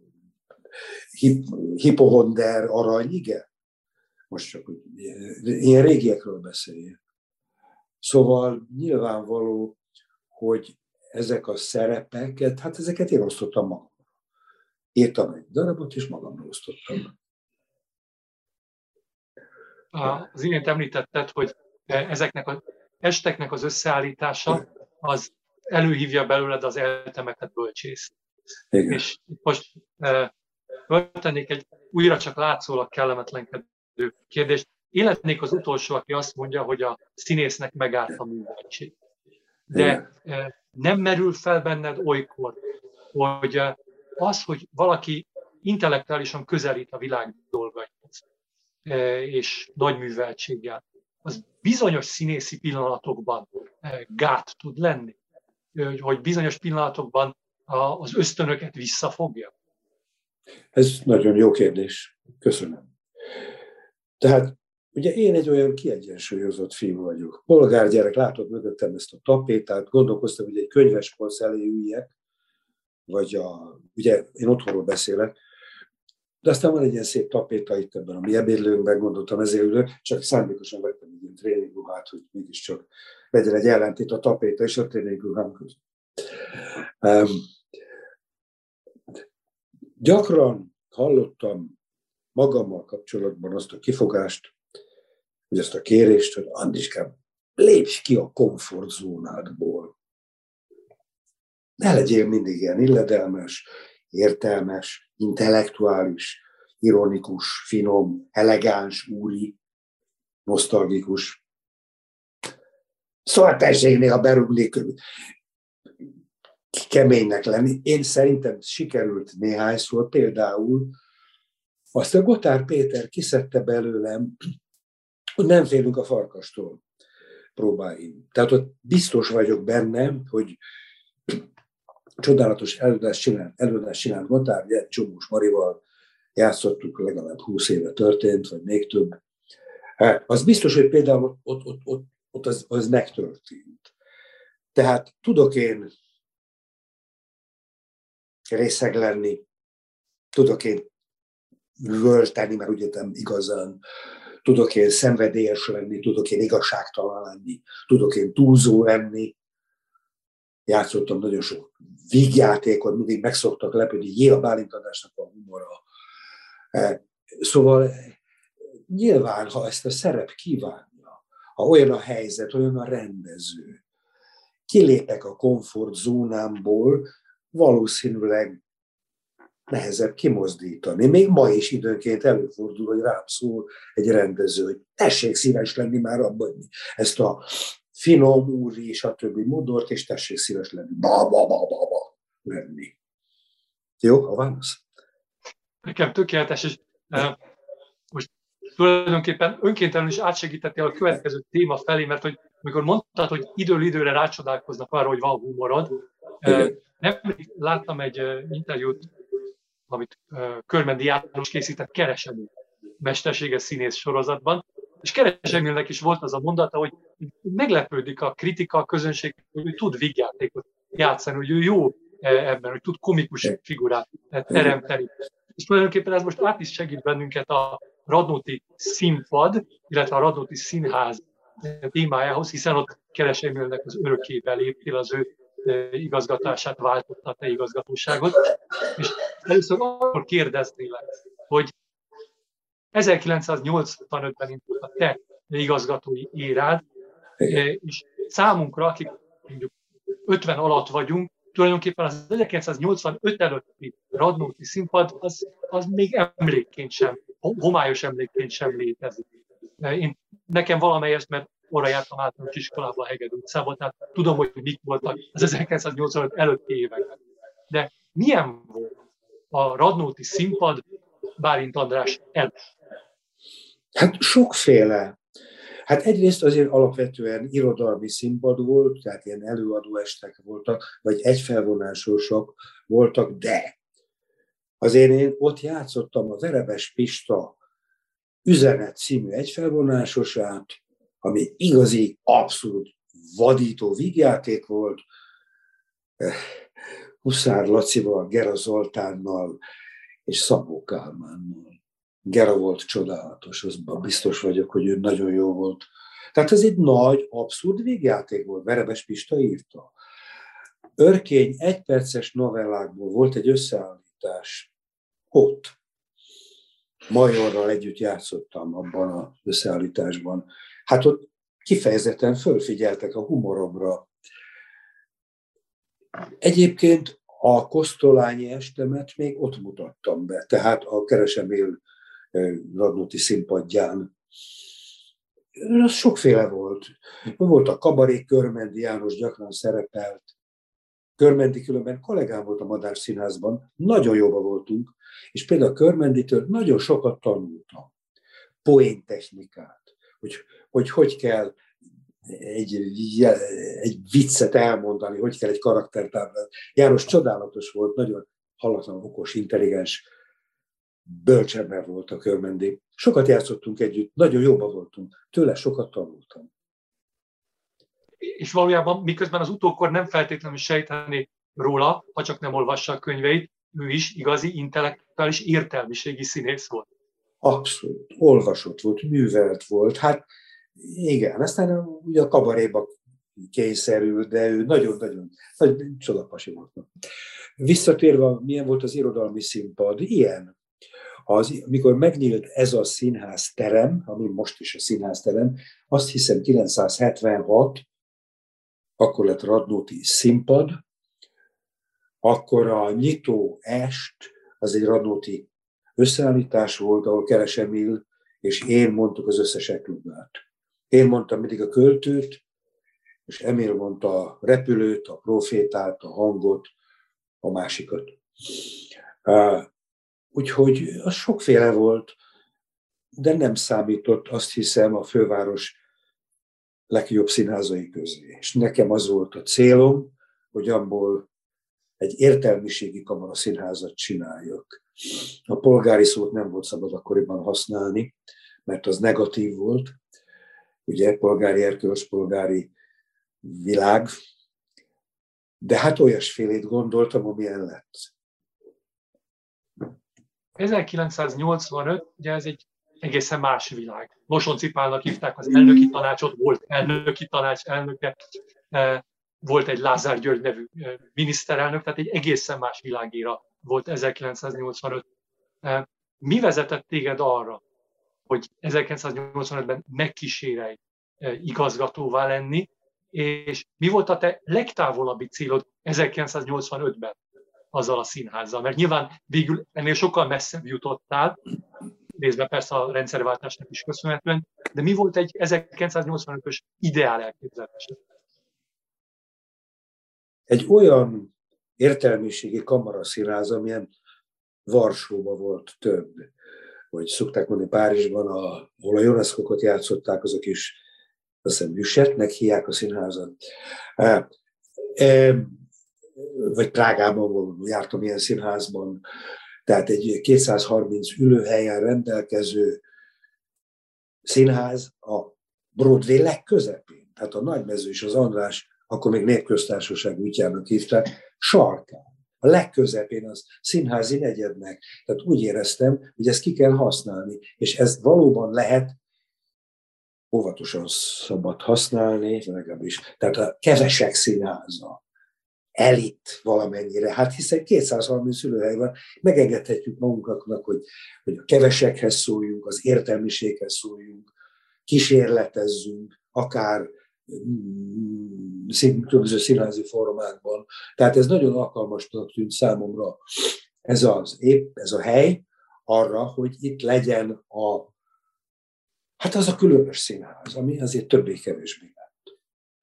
hipohonder Arany, igen. Most csak ilyen régiekről beszéljek. Szóval nyilvánvaló, hogy ezek a szerepeket, hát ezeket én osztottam magamra. Írtam egy darabot, és magamra osztottam. Az imént említetted, hogy ezeknek az esteknek az összeállítása az előhívja belőled az eltemetett bölcsészt. Igen. És most föltennék egy újra csak látszólag kellemetlenkedő kérdést. Én lennék az utolsó, aki azt mondja, hogy a színésznek megárt a műveltség. De nem merül fel benned olykor, hogy az, hogy valaki intellektuálisan közelít a világ dolgaihoz, és nagy műveltséggel, az bizonyos színészi pillanatokban gát tud lenni, hogy bizonyos pillanatokban az ösztönöket visszafogja? Ez nagyon jó kérdés. Köszönöm. Tehát ugye én egy olyan kiegyensúlyozott fiú vagyok. Polgárgyerek, látod mögöttem ezt a tapétát, gondolkoztam, hogy egy könyvespolc elé üljek, vagy ugye én otthonról beszélek, de aztán van egy ilyen szép tapéta itt ebben a mi ebédlőnkben, gondoltam ezért ülök, csak szándékosan vettem egy ilyen tréningruhát, hogy mégiscsak legyen egy ellentét a tapéta és a tréningruhám között. Gyakran hallottam magammal kapcsolatban azt a kifogást, vagy azt a kérést, hogy Andiskám, lépj ki a komfortzónádból. Ne legyél mindig ilyen illedelmes, értelmes, intellektuális, ironikus, finom, elegáns, úri, nosztalgikus. Szóval tessék néha berúgni, keménynek lenni. Én szerintem sikerült néhányszor, például azt a Gotthárd Péter kiszedte belőlem, hogy nem félünk a farkastól, próbáljunk. Tehát ott biztos vagyok benne, hogy csodálatos előadást csinált Gotthárd, Csomós Marival játszottuk, legalább 20 éve történt, vagy még több. Az biztos, hogy például ott az megtörtént. Tehát tudok én részeg lenni, tudok én völteni, mert ugye nem igazán, tudok én szenvedélyes lenni, tudok én igazságtalan lenni, tudok én túlzó lenni. Játszottam nagyon sok vígjátékot, mindig meg szoktak lepődni, a Bálint Andrásnak a humora. Szóval nyilván, ha ezt a szerep kívánja, ha olyan a helyzet, olyan a rendező, kilépek a komfortzónámból, valószínűleg nehezebb kimozdítani. Még ma is időnként előfordul, hogy rám szól egy rendező, hogy tessék szíves lenni már abban, ezt a finom úri, stb. Modort, és tessék szíves lenni. Lenni. Jó, a válasz? Nekem tökéletes, és most tulajdonképpen önkéntelenül is átsegítettél a következő téma felé, mert hogy amikor mondtad, hogy időről időre rácsodálkoznak arra, hogy van humorod, nemrég láttam egy interjút, amit Körmendi János készített Keresemű mesterséges színész sorozatban, és Kereseműnek is volt az a mondata, hogy meglepődik a kritika, a közönség, hogy ő tud vígjátékot játszani, hogy ő jó ebben, hogy tud komikus figurát teremteni. És tulajdonképpen ez most át is segít bennünket a Radnóti Színpad, illetve a Radnóti Színház témájához, hiszen ott Kereseműnek az örökébe léptél, az ő igazgatását váltotta a te igazgatóságot. És először arról kérdeznélek, hogy 1985-ben indult a te igazgatói érád, és számunkra, akik mondjuk 50 alatt vagyunk, tulajdonképpen az 1985 előtti Radnóti Színpad az még emlékként sem, homályos emlékként sem létezik. Nekem valamelyest, mert arra jártam általános iskolában a Hegedű utcában, tehát tudom, hogy mik voltak az 1985 előtti években. De milyen volt a Radnóti Színpad Bálint András előtt? Hát sokféle. Hát egyrészt azért alapvetően irodalmi színpad volt, tehát ilyen előadóestek voltak, vagy egyfelvonásosok voltak, de azért én ott játszottam a Verebes Pista Üzenet című egyfelvonásosát, ami igazi, abszolút vadító vígjáték volt, Huszár Lacival, Gera Zoltánnal és Szabó Kálmánnal. Gera volt csodálatos, azban biztos vagyok, hogy ő nagyon jó volt. Tehát ez egy nagy, abszurd vígjáték volt, Verebes Pista írta. Örkény egyperces novellákból volt egy összeállítás. Ott. Majorral együtt játszottam abban az összeállításban. Hát ott kifejezetten fölfigyeltek a humoromra. Egyébként a Kosztolányi estemet még ott mutattam be, tehát a Keresemél Radnóti Színpadján. Az sokféle volt. Volt a kabaré, Körmendi János gyakran szerepelt. Körmendi különben kollégám volt a Madár Színházban, nagyon jóba voltunk, és például Körmenditől nagyon sokat tanultam. Poéntechnikát, hogy kell egy viccet elmondani, hogy kell egy karaktertáblát. János csodálatos volt, nagyon hallatlanul okos, intelligens, bölcs ember volt a Körmendi. Sokat játszottunk együtt, nagyon jóba voltunk, tőle sokat tanultam. És valójában miközben az utókor nem feltétlenül sejteni róla, ha csak nem olvassa a könyveit, ő is igazi intellektuális értelmiségi színész volt. Abszolút. Olvasott volt, művelt volt. Hát igen, aztán ugye a kabaréba kényszerült, de ő nagyon-nagyon csodapasi volt. Visszatérve, milyen volt az irodalmi színpad? Ilyen. Amikor megnyílt ez a színházterem, ami most is a színházterem, azt hiszem 976, akkor lett Radnóti színpad, akkor a nyitó est, az egy Radnóti összeállítás volt, ahol Keres Emil és én mondtuk az összes eklubát. Én mondtam mindig a költőt, és Emil mondta a repülőt, a profétát, a hangot, a másikat. Úgyhogy az sokféle volt, de nem számított, azt hiszem, a főváros legjobb színházai közé. És nekem az volt a célom, hogy abból egy értelmiségi kamara színházat csináljak. A polgári szót nem volt szabad akkoriban használni, mert az negatív volt. Ugye polgári erkölcs, polgári világ. De hát olyasfélét gondoltam, amilyen lett. 1985, ugye ez egy egészen más világ. Losonczy Pálnak hívták az elnöki tanácsot, volt elnöki tanács elnöke, volt egy Lázár György nevű miniszterelnök, tehát egy egészen más világéra volt 1985. Mi vezetett téged arra, hogy 1985-ben megkísérelj igazgatóvá lenni, és mi volt a te legtávolabbi célod 1985-ben azzal a színházzal? Mert nyilván végül ennél sokkal messzebb jutottál, nézve persze a rendszerváltásnak is köszönhetően, de mi volt egy 1985-ös ideál elképzelés? Egy olyan értelmiségi kamaraszínház, amilyen Varsóban volt több, vagy szokták mondani Párizsban, ahol a Ionesco-kot játszották, azok is, azt hiszem, Büssetnek hívják a színházat. Vagy Prágában jártam ilyen színházban, tehát egy 230 ülőhelyen rendelkező színház a Broadway legközepén, tehát a Nagymező és az András, akkor még Népköztársaság útjának hívták, sarkán. A legközepén az színházi negyednek. Tehát úgy éreztem, hogy ezt ki kell használni, és ez valóban lehet, óvatosan szabad használni, legalábbis. Tehát a kevesek színháza, elit valamennyire, hát hiszen 230 ülőhely van, megengedhetjük magunknak, hogy a kevesekhez szóljunk, az értelmiséghez szóljunk, kísérletezzünk, akár különböző színházi formákban. Tehát ez nagyon alkalmasnak tűnt számomra ez a hely arra, hogy itt legyen az a különös színház, ami azért többé-kevésbé lett.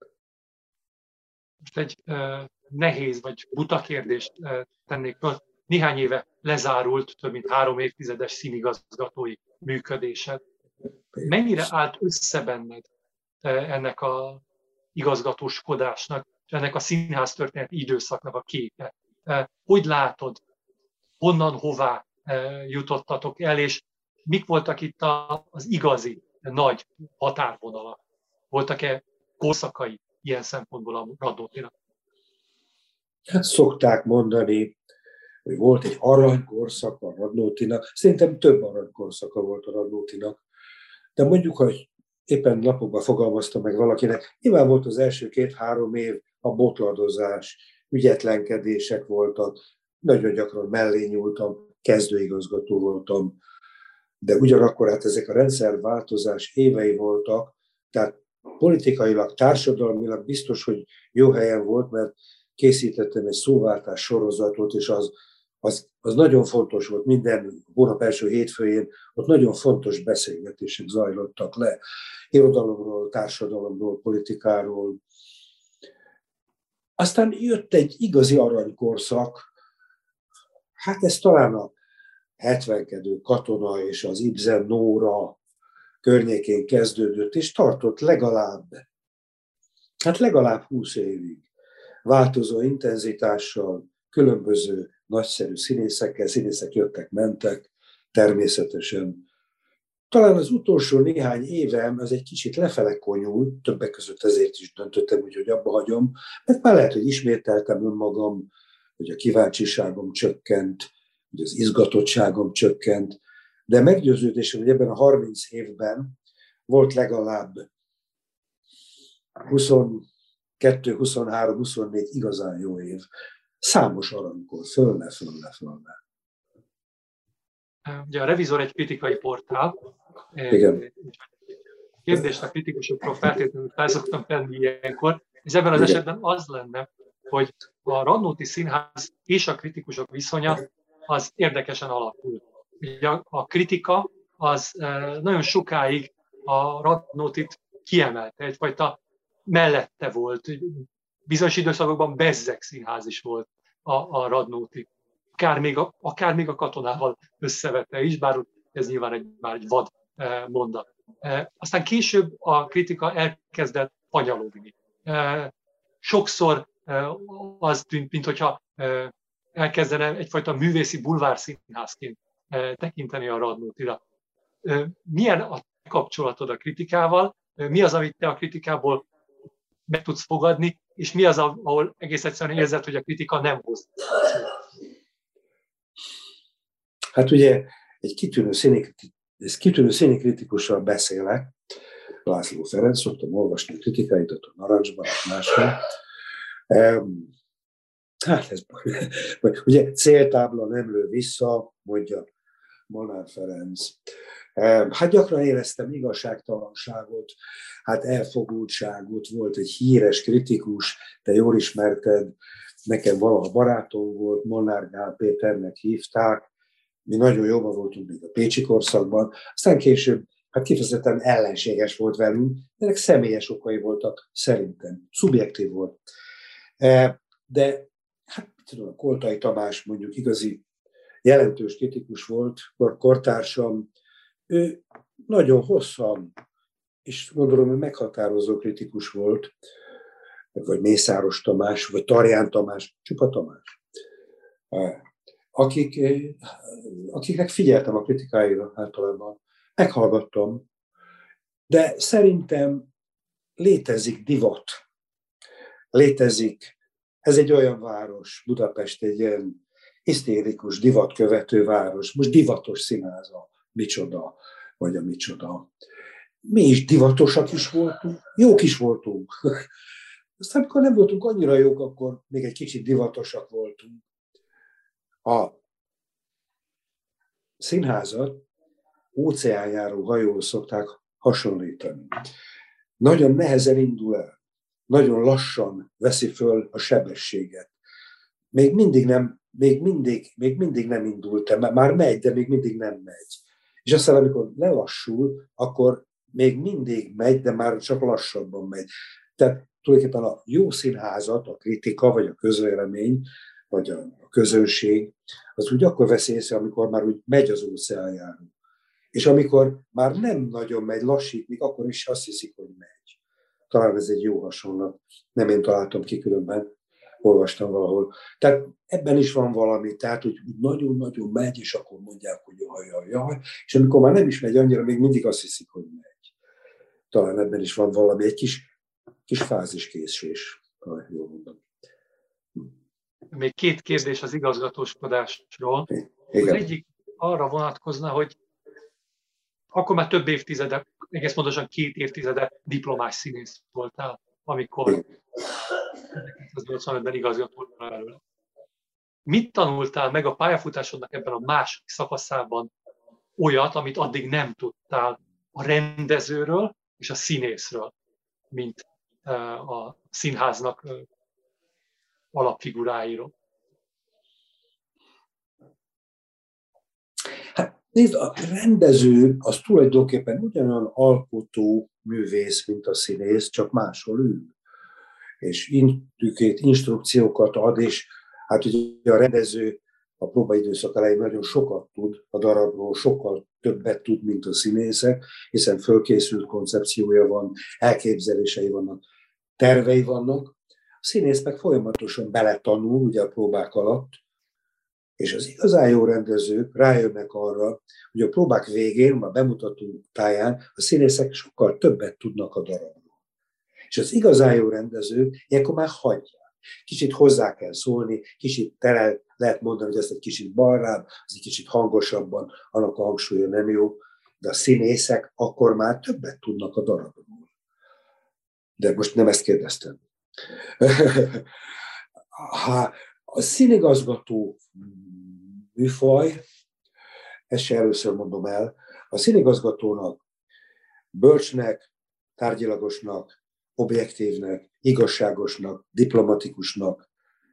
Most egy nehéz vagy buta kérdést tennék föl. Néhány éve lezárult több mint 3 évtizedes színigazgatói működésed. Mennyire állt össze benned ennek a igazgatóskodásnak, ennek a színháztörténeti időszaknak a képe? Hogy látod, honnan, hová jutottatok el, és mik voltak itt az igazi nagy határvonalak? Voltak-e korszakai ilyen szempontból a Radnótinak? Hát szokták mondani, hogy volt egy aranykorszak a Radnótinak. Szerintem több aranykorszaka volt a Radnótinak. De mondjuk, hogy éppen napokban fogalmaztam meg valakinek, nyilván volt az első 2-3 év a botladozás, ügyetlenkedések voltak, nagyon gyakran mellé nyúltam, kezdőigazgató voltam, de ugyanakkor hát ezek a rendszerváltozás évei voltak, tehát politikailag, társadalmilag biztos, hogy jó helyen volt, mert készítettem egy szóváltás sorozatot, és az nagyon fontos volt, minden hónap első hétfőjén ott nagyon fontos beszélgetések zajlottak le, irodalomról, társadalomról, politikáról. Aztán jött egy igazi aranykorszak, hát ez talán a 70-kedő Katona és az Ibsen Nóra környékén kezdődött, és tartott legalább 20 évig. Változó intenzitással, különböző nagyszerű színészekkel, színészek jöttek, mentek, természetesen. Talán az utolsó néhány évem az egy kicsit lefele konyult, többek között ezért is döntöttem, hogy abba hagyom, mert már lehet, hogy ismételtem önmagam, hogy a kíváncsiságom csökkent, hogy az izgatottságom csökkent, de meggyőződésem, hogy ebben a 30 évben volt legalább 22, 23, 24 igazán jó év. Számos aranykor, fölne. Ugye a Revizor egy kritikai portál. Igen. Kérdést a kritikusokról feltétlenül fel szoktam tenni ilyenkor, és ebben az esetben az lenne, hogy a Radnóti Színház és a kritikusok viszonya az érdekesen alakul. Ugye a kritika az nagyon sokáig a Radnótit kiemelte, egyfajta mellette volt. Bizonyos időszakokban bezzeg színház is volt a Radnóti. Akár még a Katonával összevette is, bár ez nyilván már egy vad mondat. Aztán később a kritika elkezdett fanyalogni. Sokszor az tűnt, mintha elkezdene egyfajta művészi bulvárszínházként tekinteni a Radnótira. Milyen a kapcsolatod a kritikával? Mi az, amit te a kritikából meg tudsz fogadni, és mi az, ahol egész egyszerűen érzed, hogy a kritika nem hoz? Hát ugye egy kitűnő színikritikussal beszélek, László Ferenc, szoktam olvasni a kritikáit, a Narancsban, máshol. Hát ez, ugye céltábla nem lő vissza, mondja Molnár Ferenc. Hát gyakran éreztem igazságtalanságot, hát elfogultságot, volt egy híres kritikus, te jól ismerted, nekem valaha barátom volt, Molnár Gál Péternek hívták, mi nagyon jobban voltunk még a pécsi korszakban, aztán később hát kifejezetten ellenséges volt velünk, de ennek személyes okai voltak, szerintem, szubjektív volt. De hát tudom, Koltai Tamás mondjuk igazi jelentős kritikus volt, kortársam, ő nagyon hosszan, és gondolom, hogy meghatározó kritikus volt, vagy Mészáros Tamás, vagy Tarján Tamás, csupa Tamás, akiknek figyeltem a kritikáira általában, meghallgattam, de szerintem létezik divat, létezik, ez egy olyan város, Budapest egy ilyen hisztérikus, divatkövető város, most divatos színháza, micsoda, vagy a micsoda. Mi is divatosak is voltunk, jók is voltunk. Aztán, amikor nem voltunk annyira jók, akkor még egy kicsit divatosak voltunk. A színházat óceánjáró hajóhoz szokták hasonlítani. Nagyon nehezen indul el, nagyon lassan veszi föl a sebességet. Még mindig nem indult el, már megy, de még mindig nem megy. És aztán, amikor lelassul, akkor még mindig megy, de már csak lassabban megy. Tehát tulajdonképpen a jó színházat, a kritika, vagy a közvélemény, vagy a közönség, az úgy akkor veszi észre, amikor már úgy megy az óceánjáró. És amikor már nem nagyon megy, lassít, még akkor is azt hiszik, hogy megy. Talán ez egy jó hasonlat. Nem én találtam ki, különben olvastam valahol. Tehát ebben is van valami, tehát hogy nagyon-nagyon megy, és akkor mondják, hogy jaj. És amikor már nem is megy annyira, még mindig azt hiszik, hogy megy. Talán ebben is van valami, egy kis fáziskésés. Jól mondom. Még két kérdés az igazgatóskodásról. Igen. Az egyik arra vonatkozna, hogy akkor már több évtizede, egész pontosan 2 évtizede diplomás színész voltál, amikor 1985-ben igazgató voltál belőle. Mit tanultál meg a pályafutásodnak ebben a második szakaszában olyat, amit addig nem tudtál a rendezőről és a színészről, mint a színháznak alapfiguráiról? Hát nézd, a rendező az tulajdonképpen ugyanolyan alkotó művész, mint a színész, csak máshol ül. És instrukciókat ad, és hát ugye a rendező a próbaidőszak elején nagyon sokat tud a darabról, sokkal többet tud, mint a színészek, hiszen fölkészült koncepciója van, elképzelései vannak, tervei vannak. A színész meg folyamatosan beletanul ugye a próbák alatt, és az igazán jó rendezők rájönnek arra, hogy a próbák végén, a bemutató táján a színészek sokkal többet tudnak a darabról. És az igazán jó rendezők ilyenkor már hagyják. Kicsit hozzá kell szólni, kicsit lehet mondani, hogy ezt egy kicsit balrább, az egy kicsit hangosabban, annak a hangsúlya nem jó, de a színészek akkor már többet tudnak a darabról. De most nem ezt kérdeztem. A színigazgató műfaj, ezt se először mondom el, a színigazgatónak bölcsnek, tárgyilagosnak, objektívnek, igazságosnak, diplomatikusnak,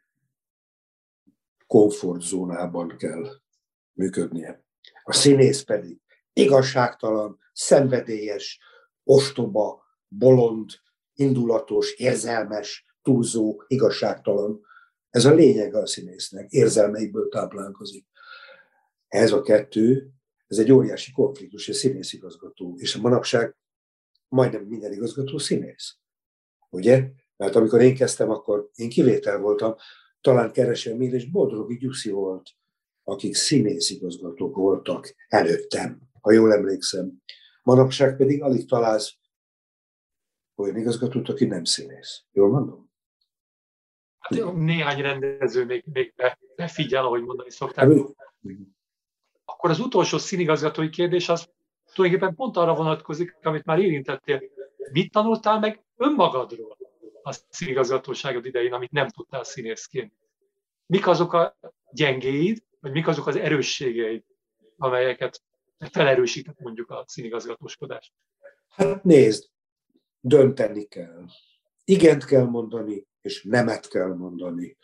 komfortzónában kell működnie. A színész pedig igazságtalan, szenvedélyes, ostoba, bolond, indulatos, érzelmes, túlzó, igazságtalan. Ez a lényege a színésznek, érzelmeiből táplálkozik. Ez a kettő, ez egy óriási konfliktus, egy színészigazgató. És a manapság majdnem minden igazgató színész. Ugye? Mert amikor én kezdtem, akkor én kivétel voltam, talán Keresem Él és Bodrogi Gyuszi volt, akik színészigazgatók voltak előttem, ha jól emlékszem. Manapság pedig alig találsz olyan igazgatót, aki nem színész. Jól mondom? Hát néhány rendező még befigyel, ahogy mondani szokták. Akkor az utolsó színigazgatói kérdés az tulajdonképpen pont arra vonatkozik, amit már érintettél. Mit tanultál meg önmagadról a színigazgatóságod idején, amit nem tudtál színészként? Mik azok a gyengéid, vagy mik azok az erősségeid, amelyeket felerősített mondjuk a színigazgatóskodás? Hát nézd, dönteni kell. Igent kell mondani, és nemet kell mondani.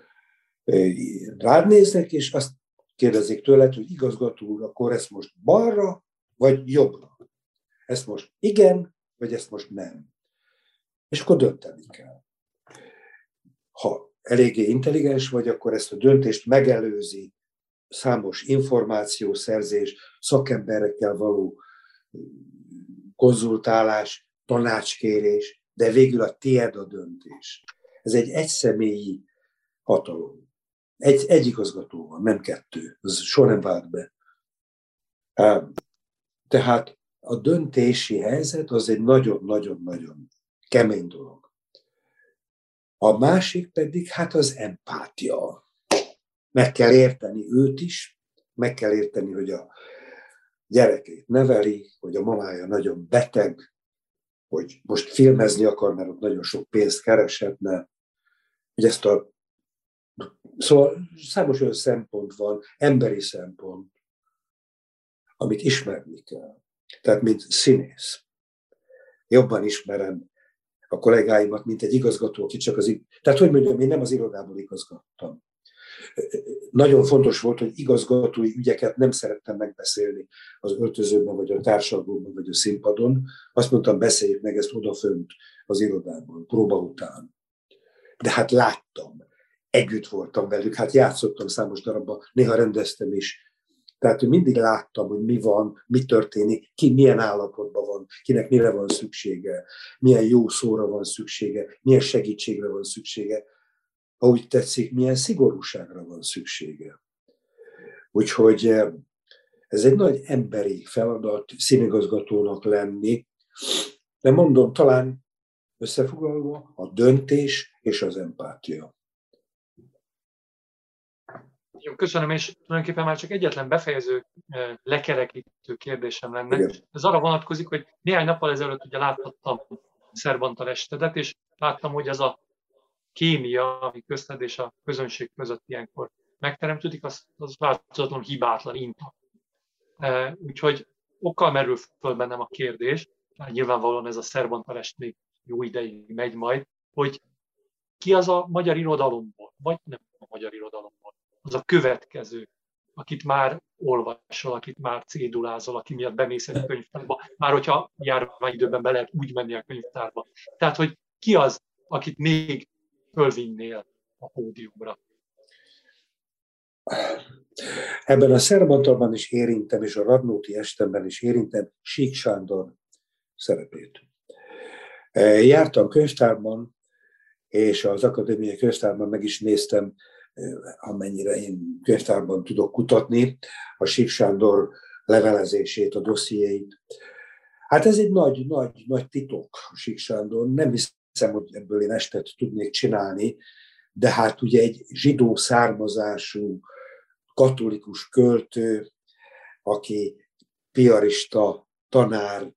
Rád néznek, és azt kérdezik tőled, hogy igazgató úr, akkor ezt most balra, vagy jobbra? Ezt most igen, vagy ezt most nem? És akkor dönteni kell. Ha eléggé intelligens vagy, akkor ezt a döntést megelőzi számos információszerzés, szakemberekkel való konzultálás, tanácskérés, de végül a tiéd a döntés. Ez egy egyszemélyi hatalom. Egy igazgató van, nem kettő. Ez soha nem vált be. Tehát a döntési helyzet az egy nagyon-nagyon-nagyon kemény dolog. A másik pedig hát az empátia. Meg kell érteni őt is, meg kell érteni, hogy a gyerekét neveli, hogy a mamája nagyon beteg, hogy most filmezni akar, mert ott nagyon sok pénzt kereshetne. Hogy ezt Szóval számos olyan szempont van, emberi szempont, amit ismerni kell. Tehát, mint színész. Jobban ismerem a kollégáimat, mint egy igazgató, aki csak Tehát, hogy mondjam, én nem az irodából igazgattam. Nagyon fontos volt, hogy igazgatói ügyeket nem szerettem megbeszélni az öltözőben, vagy a társalgóban, vagy a színpadon. Azt mondtam, beszéljük meg ezt odafönt az irodában, próba után. De hát láttam, együtt voltam velük, hát játszottam számos darabban, néha rendeztem is. Tehát mindig láttam, hogy mi van, mi történik, ki milyen állapotban van, kinek mire van szüksége, milyen jó szóra van szüksége, milyen segítségre van szüksége, ha úgy tetszik, milyen szigorúságra van szüksége. Úgyhogy ez egy nagy emberi feladat színigazgatónak lenni, de mondom, talán összefoglalva a döntés és az empátia. Jó, köszönöm, és tulajdonképpen már csak egyetlen befejező, lekerekítő kérdésem lenne. Igen. Ez arra vonatkozik, hogy néhány nappal ezelőtt ugye láthattam Szerbantal estedet, és láttam, hogy ez a kémia, ami közted és a közönség között ilyenkor megteremtődik, az változatlanul hibátlan, intakt. Úgyhogy okkal merül föl bennem a kérdés, nyilvánvalóan ez a Szerbantal est még jó ideig megy majd, hogy ki az a magyar irodalomból, vagy nem a magyar irodalomból, az a következő, akit már olvasol, akit már cédulázol, aki miatt bemész egy könyvtárba, már hogyha járványidőben be lehet úgy menni a könyvtárba. Tehát, hogy ki az, akit még fölvinnél a pódiumra? Ebben a Szerbantalban is érintem, és a Radnóti estemben is érintem Sík Sándor szerepét. Jártam könyvtárban, és az akadémiai könyvtárban meg is néztem, amennyire én könyvtárban tudok kutatni, a Sík Sándor levelezését, a dossziéit. Hát ez egy nagy titok, a Sík Sándor. Nem hiszem, hogy ebből én estet tudnék csinálni, de hát ugye egy zsidó származású katolikus költő, aki piarista, tanár,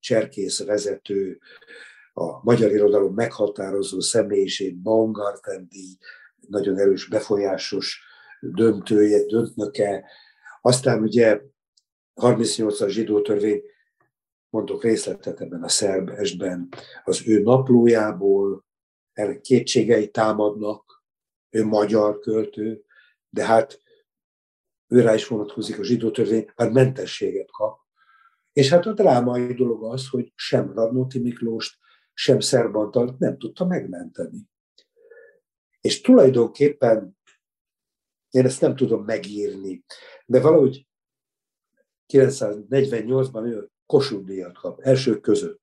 cserkészvezető, a magyar irodalom meghatározó személyiség, Baumgarten-díj nagyon erős, befolyásos döntője, döntnöke. Aztán ugye 38-as zsidó törvény, mondok részletet ebben a szerb estben, az ő naplójából kétségei támadnak, ő magyar költő, de hát őrá is vonatkozik a zsidó törvény, hát mentességet kap. És hát a drámai dolog az, hogy sem Radnóti Miklóst, sem Szerb Antalt nem tudta megmenteni. És tulajdonképpen én ezt nem tudom megírni, de valahogy 948-ban ő Kossuth-díjat kap, elsők között.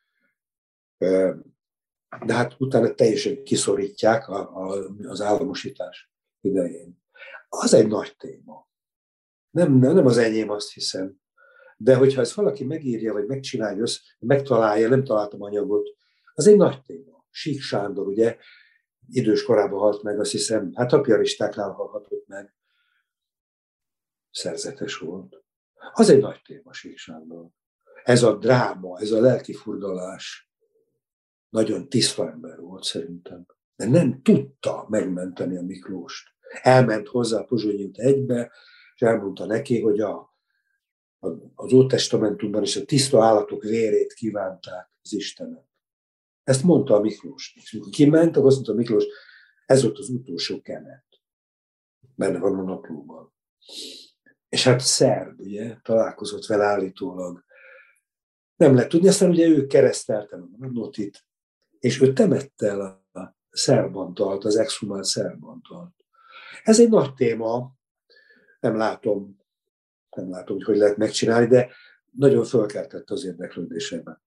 De hát utána teljesen kiszorítják az államosítás idején. Az egy nagy téma. Nem az enyém, azt hiszem. De hogyha ezt valaki megírja, vagy megcsinálja, megtalálja, nem találtam anyagot, az egy nagy téma. Sík Sándor, ugye, idős korában halt meg, azt hiszem, hát a piaristáknál halhatott meg. Szerzetes volt. Az egy nagy téma, Sík Sándor. Ez a dráma, ez a lelki furdalás. Nagyon tiszta ember volt szerintem. De nem tudta megmenteni a Miklóst. Elment hozzá a Pozsonyi út 1-be, és elmondta neki, hogy az Ótestamentumban is a tiszta állatok vérét kívánták az Istenek. Ezt mondta a Miklós. És amikor kiment, akkor azt mondta a Miklós, ez volt az utolsó kenet. Benne van a naplóban. És hát szerb, ugye, találkozott vele állítólag. Nem lehet tudni, aztán ugye ő keresztelte a Radnótit, és ő temette el a Szerb Antalt, az exhumált Szerb Antalt. Ez egy nagy téma, nem látom, hogy lehet megcsinálni, de nagyon fölkeltette az érdeklődésemben.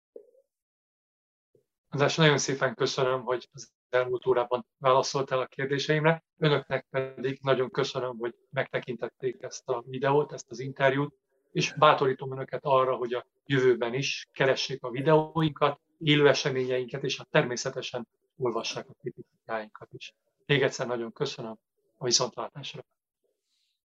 András, nagyon szépen köszönöm, hogy az elmúlt órában válaszoltál a kérdéseimre. Önöknek pedig nagyon köszönöm, hogy megtekintették ezt a videót, ezt az interjút, és bátorítom önöket arra, hogy a jövőben is keressék a videóinkat, élő eseményeinket, és természetesen olvassák a kritikáinkat is. Még egyszer nagyon köszönöm, a viszontlátásra.